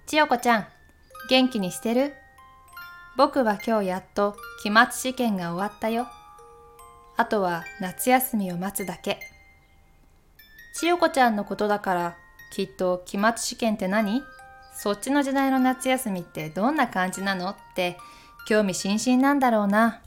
千代子ちゃん、元気にしてる？僕は今日やっと期末試験が終わったよ。あとは夏休みを待つだけ。千代子ちゃんのことだから、きっと期末試験って何？そっちの時代の夏休みってどんな感じなのって興味津々なんだろうな。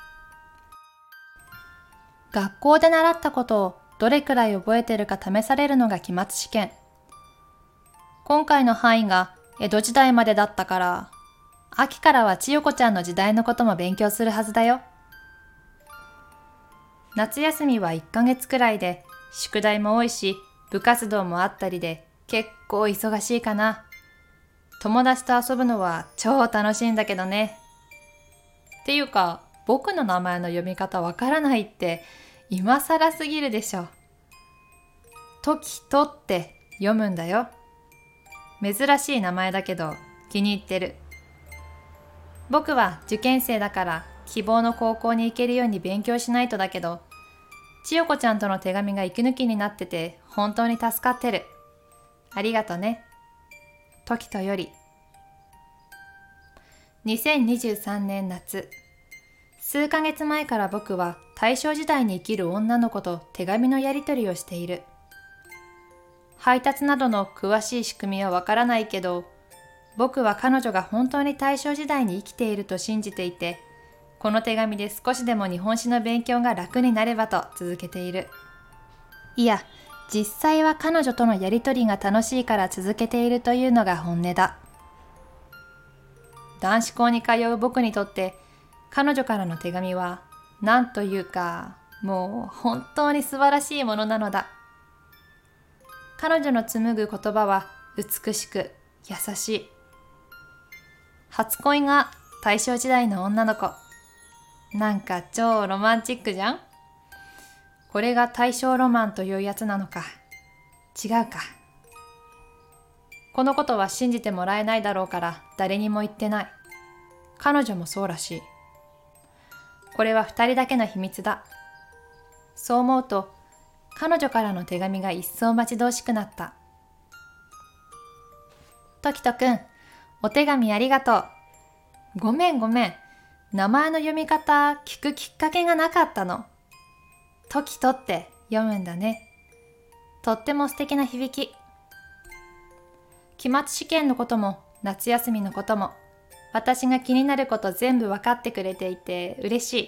学校で習ったことをどれくらい覚えてるか試されるのが期末試験。今回の範囲が江戸時代までだったから、秋からは千代子ちゃんの時代のことも勉強するはずだよ。夏休みは1ヶ月くらいで、宿題も多いし、部活動もあったりで結構忙しいかな。友達と遊ぶのは超楽しいんだけどね。っていうか、僕の名前の読み方わからないって今更すぎるでしょ。時とって読むんだよ。珍しい名前だけど気に入ってる。僕は受験生だから希望の高校に行けるように勉強しないとだけど、千代子ちゃんとの手紙が息抜きになってて本当に助かってる。ありがとね。時とより。2023年夏。数ヶ月前から僕は大正時代に生きる女の子と手紙のやり取りをしている。配達などの詳しい仕組みはわからないけど、僕は彼女が本当に大正時代に生きていると信じていて、この手紙で少しでも日本史の勉強が楽になればと続けている。いや、実際は彼女とのやりとりが楽しいから続けているというのが本音だ。男子校に通う僕にとって、彼女からの手紙は何というか、もう本当に素晴らしいものなのだ。彼女の紡ぐ言葉は美しく優しい。初恋が大正時代の女の子。なんか超ロマンチックじゃん？これが大正ロマンというやつなのか。違うか。このことは信じてもらえないだろうから誰にも言ってない。彼女もそうらしい。これは二人だけの秘密だ。そう思うと、彼女からの手紙が一層待ち遠しくなった。時人くん、お手紙ありがとう。ごめん。名前の読み方聞くきっかけがなかったの。時人って読むんだね。とっても素敵な響き。期末試験のことも夏休みのことも、私が気になること全部分かってくれていて嬉しい。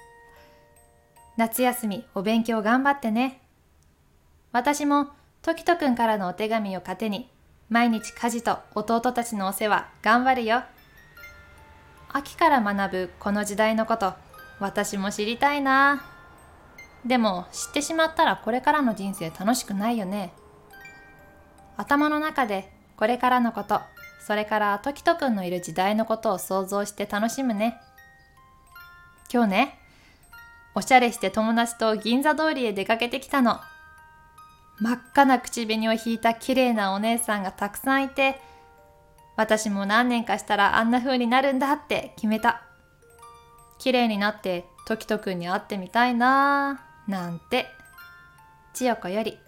夏休みお勉強頑張ってね。私も時人くんからのお手紙を糧に、毎日家事と弟たちのお世話頑張るよ。秋から学ぶこの時代のこと、私も知りたいな。でも知ってしまったらこれからの人生楽しくないよね。頭の中でこれからのこと、それから時人くんのいる時代のことを想像して楽しむね。今日ね、おしゃれして友達と銀座通りへ出かけてきたの。真っ赤な口紅を引いた綺麗なお姉さんがたくさんいて、私も何年かしたらあんな風になるんだって決めた。綺麗になって時人くんに会ってみたいなぁなんて。千代子より。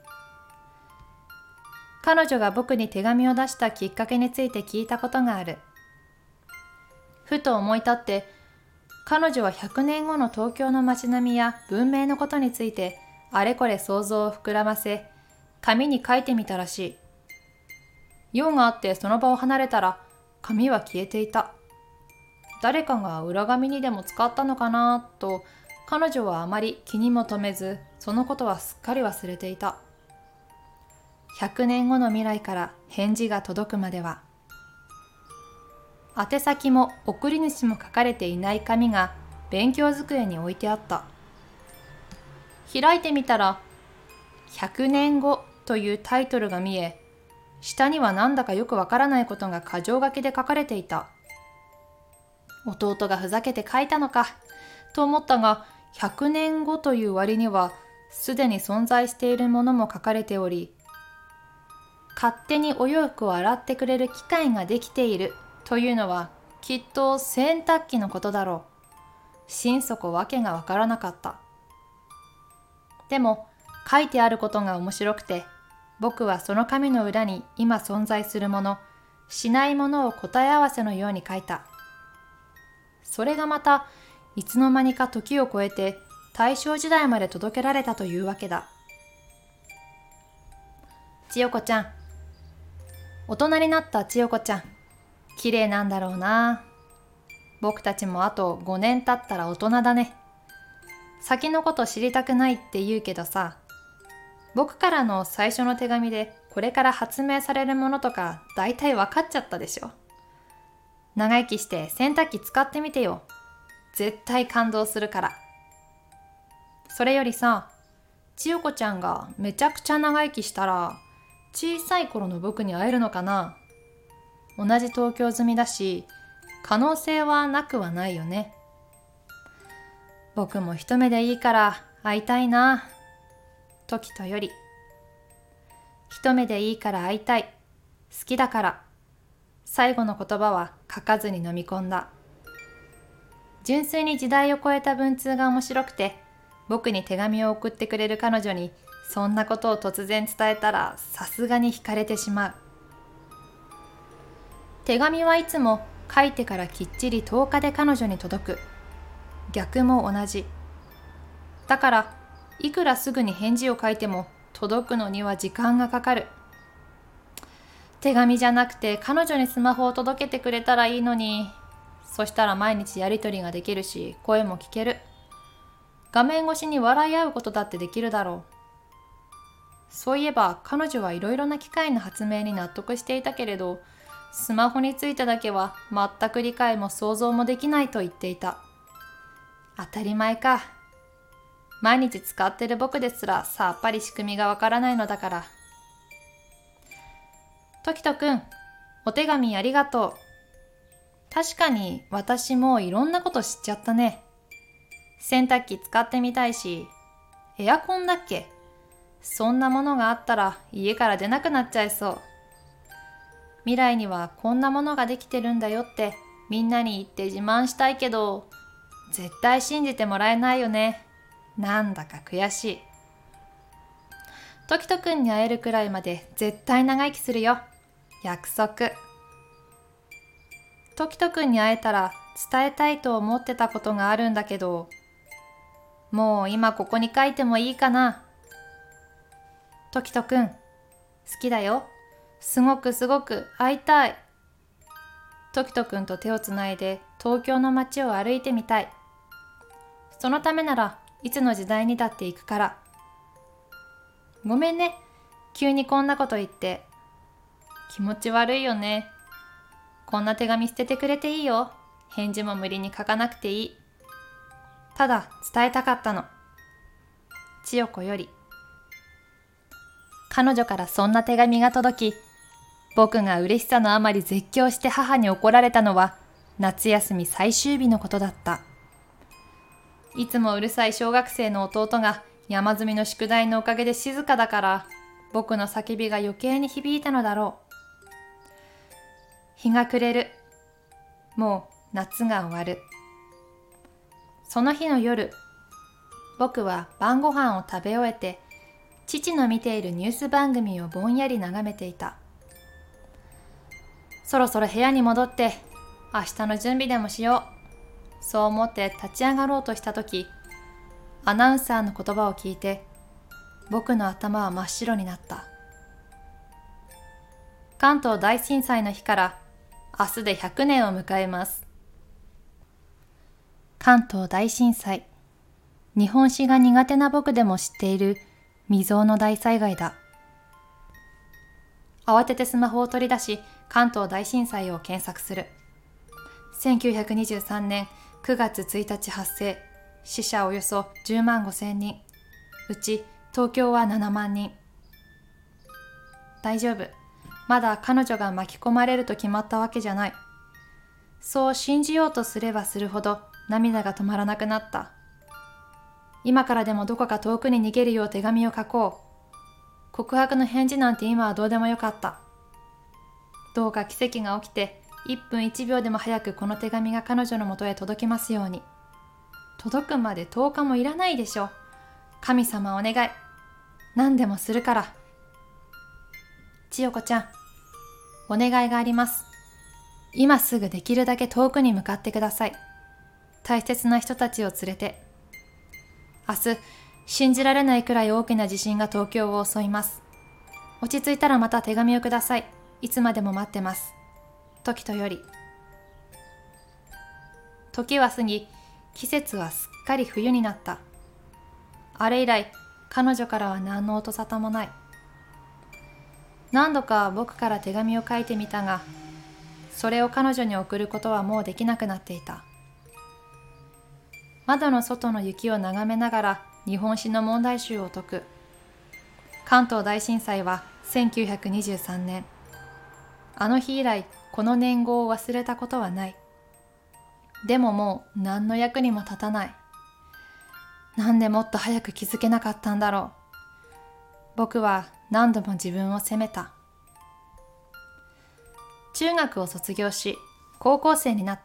彼女が僕に手紙を出したきっかけについて聞いたことがある。ふと思い立って、彼女は100年後の東京の街並みや文明のことについてあれこれ想像を膨らませ、紙に書いてみたらしい。用があってその場を離れたら紙は消えていた。誰かが裏紙にでも使ったのかなと、彼女はあまり気にも留めず、そのことはすっかり忘れていた。100年後の未来から返事が届くまでは、宛先も送り主も書かれていない紙が勉強机に置いてあった。開いてみたら、100年後というタイトルが見え、下にはなんだかよくわからないことが箇条書きで書かれていた。弟がふざけて書いたのかと思ったが、100年後という割にはすでに存在しているものも書かれており、勝手にお洋服を洗ってくれる機械ができているというのはきっと洗濯機のことだろう。心底わけがわからなかった。でも書いてあることが面白くて、僕はその紙の裏に今存在するもの、 しないものを答え合わせのように書いた。それがまたいつの間にか時を超えて大正時代まで届けられたというわけだ。千代子ちゃん、大人になった千代子ちゃん、綺麗なんだろうな。僕たちもあと5年経ったら大人だね。先のこと知りたくないって言うけどさ、僕からの最初の手紙でこれから発明されるものとか大体分かっちゃったでしょ。長生きして洗濯機使ってみてよ。絶対感動するから。それよりさ、千代子ちゃんがめちゃくちゃ長生きしたら小さい頃の僕に会えるのかな。同じ東京済みだし、可能性はなくはないよね。僕も一目でいいから会いたいな。時とより。一目でいいから会いたい。好きだから。最後の言葉は書かずに飲み込んだ。純粋に時代を超えた文通が面白くて、僕に手紙を送ってくれる彼女にそんなことを突然伝えたらさすがに惹かれてしまう。手紙はいつも書いてからきっちり10日で彼女に届く。逆も同じ。だからいくらすぐに返事を書いても届くのには時間がかかる。手紙じゃなくて彼女にスマホを届けてくれたらいいのに。そしたら毎日やりとりができるし、声も聞ける。画面越しに笑い合うことだってできるだろう。そういえば彼女はいろいろな機械の発明に納得していたけれど、スマホについてだけは全く理解も想像もできないと言っていた。当たり前か。毎日使ってる僕ですらさっぱり仕組みがわからないのだから。時人くん、お手紙ありがとう。確かに私もいろんなこと知っちゃったね。洗濯機使ってみたいし、エアコンだっけ？そんなものがあったら家から出なくなっちゃいそう。未来にはこんなものができてるんだよってみんなに言って自慢したいけど、絶対信じてもらえないよね。なんだか悔しい。時人くんに会えるくらいまで絶対長生きするよ。約束。時人くんに会えたら伝えたいと思ってたことがあるんだけど、もう今ここに書いてもいいかな。時人くん、好きだよ。すごくすごく会いたい。時人くんと手をつないで東京の街を歩いてみたい。そのためならいつの時代にだって行くから。ごめんね、急にこんなこと言って。気持ち悪いよね。こんな手紙捨ててくれていいよ。返事も無理に書かなくていい。ただ伝えたかったの。千代子より。彼女からそんな手紙が届き、僕が嬉しさのあまり絶叫して母に怒られたのは夏休み最終日のことだった。いつもうるさい小学生の弟が山積みの宿題のおかげで静かだから、僕の叫びが余計に響いたのだろう。日が暮れる。もう夏が終わる。その日の夜、僕は晩ご飯を食べ終えて、父の見ているニュース番組をぼんやり眺めていた。そろそろ部屋に戻って明日の準備でもしよう。そう思って立ち上がろうとしたとき、アナウンサーの言葉を聞いて、僕の頭は真っ白になった。関東大震災の日から明日で100年を迎えます。関東大震災。日本史が苦手な僕でも知っている未曾有の大災害だ。慌ててスマホを取り出し、関東大震災を検索する。1923年9月1日発生。死者およそ10万5千人。うち東京は7万人。大丈夫。まだ彼女が巻き込まれると決まったわけじゃない。そう信じようとすればするほど涙が止まらなくなった。今からでもどこか遠くに逃げるよう手紙を書こう。告白の返事なんて今はどうでもよかった。どうか奇跡が起きて1分1秒でも早くこの手紙が彼女のもとへ届きますように。届くまで10日もいらないでしょ。神様お願い。何でもするから。千代子ちゃん、 お願いがあります。今すぐできるだけ遠くに向かってください。大切な人たちを連れて。明日、信じられないくらい大きな地震が東京を襲います。落ち着いたらまた手紙をください。いつまでも待ってます。時とより。時は過ぎ、季節はすっかり冬になった。あれ以来、彼女からは何の音沙汰もない。何度か僕から手紙を書いてみたが、それを彼女に送ることはもうできなくなっていた。窓の外の雪を眺めながら日本史の問題集を解く。関東大震災は1923年。あの日以来、この年号を忘れたことはない。でももう何の役にも立たない。なんでもっと早く気づけなかったんだろう。僕は何度も自分を責めた。中学を卒業し、高校生になった。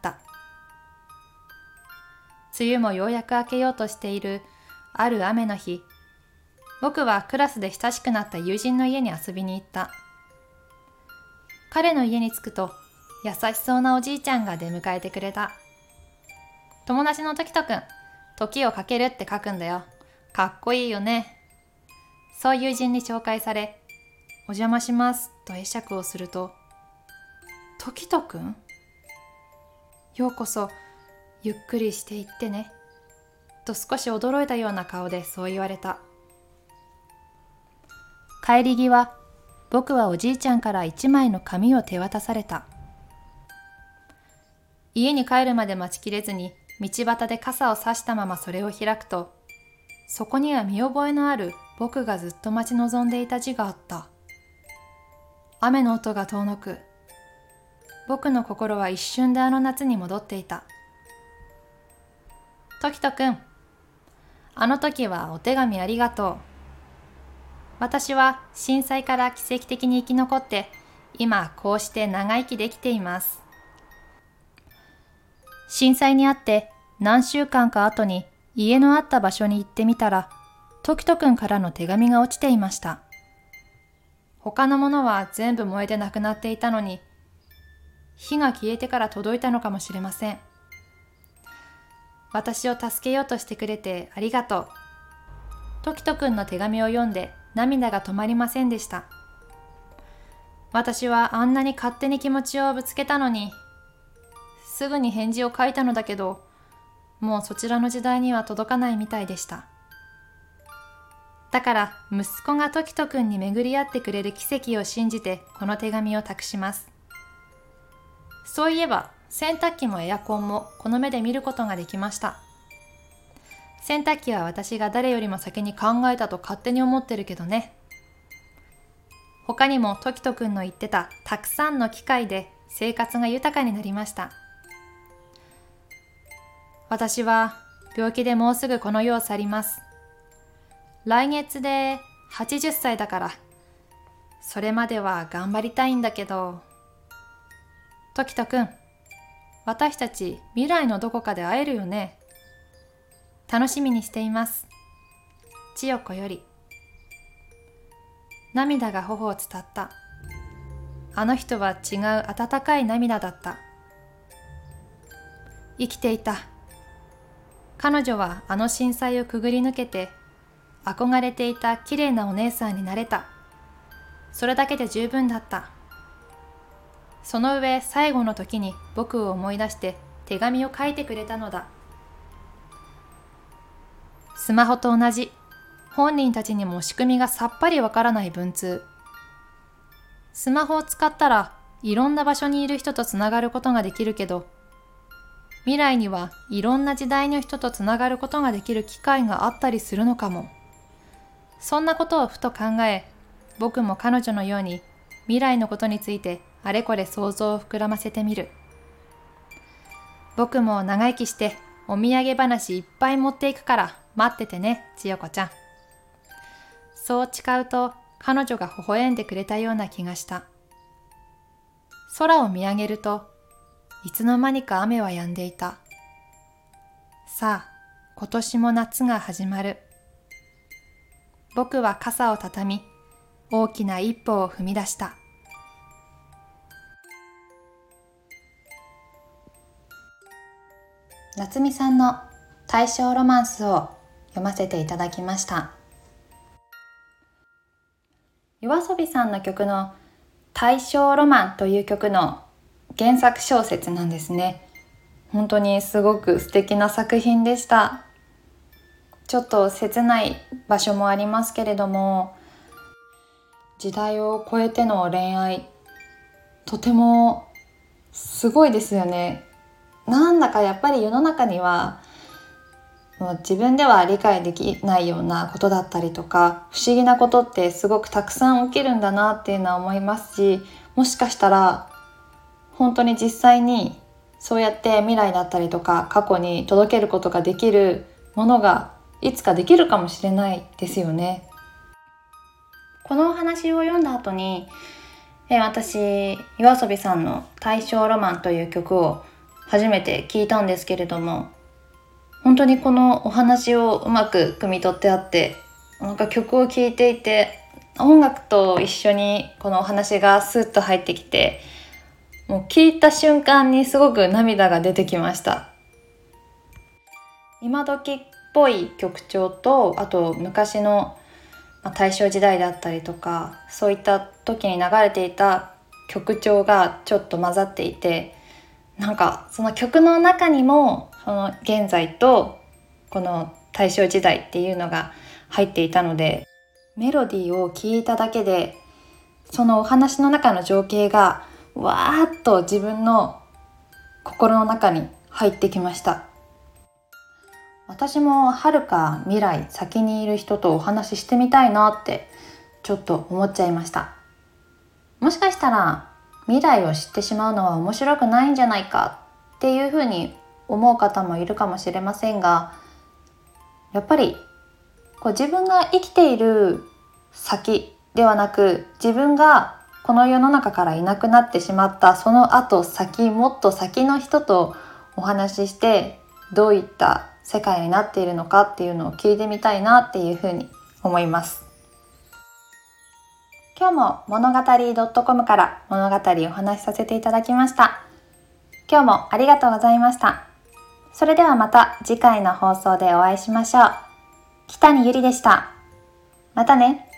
梅雨もようやく明けようとしているある雨の日、僕はクラスで親しくなった友人の家に遊びに行った。彼の家に着くと、優しそうなおじいちゃんが出迎えてくれた。友達の時とくん、時をかけるって書くんだよ。かっこいいよね。そう友人に紹介され、お邪魔しますと会釈をすると、時とくん？ようこそ、ゆっくりしていってね。と少し驚いたような顔でそう言われた。帰り際、僕はおじいちゃんから一枚の紙を手渡された。家に帰るまで待ちきれずに、道端で傘を差したままそれを開くと、そこには見覚えのある僕がずっと待ち望んでいた字があった。雨の音が遠のく。僕の心は一瞬であの夏に戻っていた。時とくん、あの時はお手紙ありがとう。私は震災から奇跡的に生き残って、今こうして長生きできています。震災にあって何週間か後に家のあった場所に行ってみたら、時とくんからの手紙が落ちていました。他のものは全部燃えてなくなっていたのに、火が消えてから届いたのかもしれません。私を助けようとしてくれてありがとう。時とくんの手紙を読んで涙が止まりませんでした。私はあんなに勝手に気持ちをぶつけたのに、すぐに返事を書いたのだけど、もうそちらの時代には届かないみたいでした。だから息子が時とくんに巡り合ってくれる奇跡を信じてこの手紙を託します。そういえば洗濯機もエアコンもこの目で見ることができました。洗濯機は私が誰よりも先に考えたと勝手に思ってるけどね。他にも時とくんの言ってたたくさんの機械で生活が豊かになりました。私は病気でもうすぐこの世を去ります。来月で80歳だから、それまでは頑張りたいんだけど。時とくん、私たち未来のどこかで会えるよね。楽しみにしています。千代子より。涙が頬を伝った。あの人は違う温かい涙だった。生きていた。彼女はあの震災をくぐり抜けて、憧れていた綺麗なお姉さんになれた。それだけで十分だった。その上、最後の時に僕を思い出して手紙を書いてくれたのだ。スマホと同じ。本人たちにも仕組みがさっぱりわからない文通。スマホを使ったらいろんな場所にいる人とつながることができるけど、未来にはいろんな時代の人とつながることができる機会があったりするのかも。そんなことをふと考え、僕も彼女のように未来のことについてあれこれ想像を膨らませてみる。僕も長生きしてお土産話いっぱい持っていくから待っててね、千代子ちゃん。そう誓うと彼女が微笑んでくれたような気がした。空を見上げると、いつの間にか雨は止んでいた。さあ、今年も夏が始まる。僕は傘をたたみ、大きな一歩を踏み出した。 夏美さんの大正ロマンスを読ませていただきました。YOASOBIさんの曲の大正ロマンという曲の原作小説なんですね。本当にすごく素敵な作品でした。ちょっと切ない場所もありますけれども、時代を超えての恋愛、とてもすごいですよね。なんだかやっぱり世の中にはもう自分では理解できないようなことだったりとか、不思議なことってすごくたくさん起きるんだなっていうのは思いますし、もしかしたら本当に実際にそうやって未来だったりとか過去に届けることができるものがいつかできるかもしれないですよね。このお話を読んだ後に私YOASOBIさんの大正ロマンという曲を初めて聞いたんですけれども、本当にこのお話をうまく汲み取ってあって、なんか曲を聴いていて音楽と一緒にこのお話がスッと入ってきて、もう聞いた瞬間にすごく涙が出てきました。今時っぽい曲調と、あと昔の大正時代だったりとか、そういった時に流れていた曲調がちょっと混ざっていて、なんかその曲の中にもその現在とこの大正時代っていうのが入っていたので、メロディーを聴いただけでそのお話の中の情景がわーっと自分の心の中に入ってきました。私も遥か未来先にいる人とお話ししてみたいなってちょっと思っちゃいました。もしかしたら未来を知ってしまうのは面白くないんじゃないかっていうふうに思う方もいるかもしれませんが、やっぱり自分が生きている先ではなく、自分がこの世の中からいなくなってしまったその後先、もっと先の人とお話しして、どういった世界になっているのかっていうのを聞いてみたいなっていうふうに思います。今日も物語.com から物語をお話しさせていただきました。今日もありがとうございました。それではまた次回の放送でお会いしましょう。北にゆりでした。またね。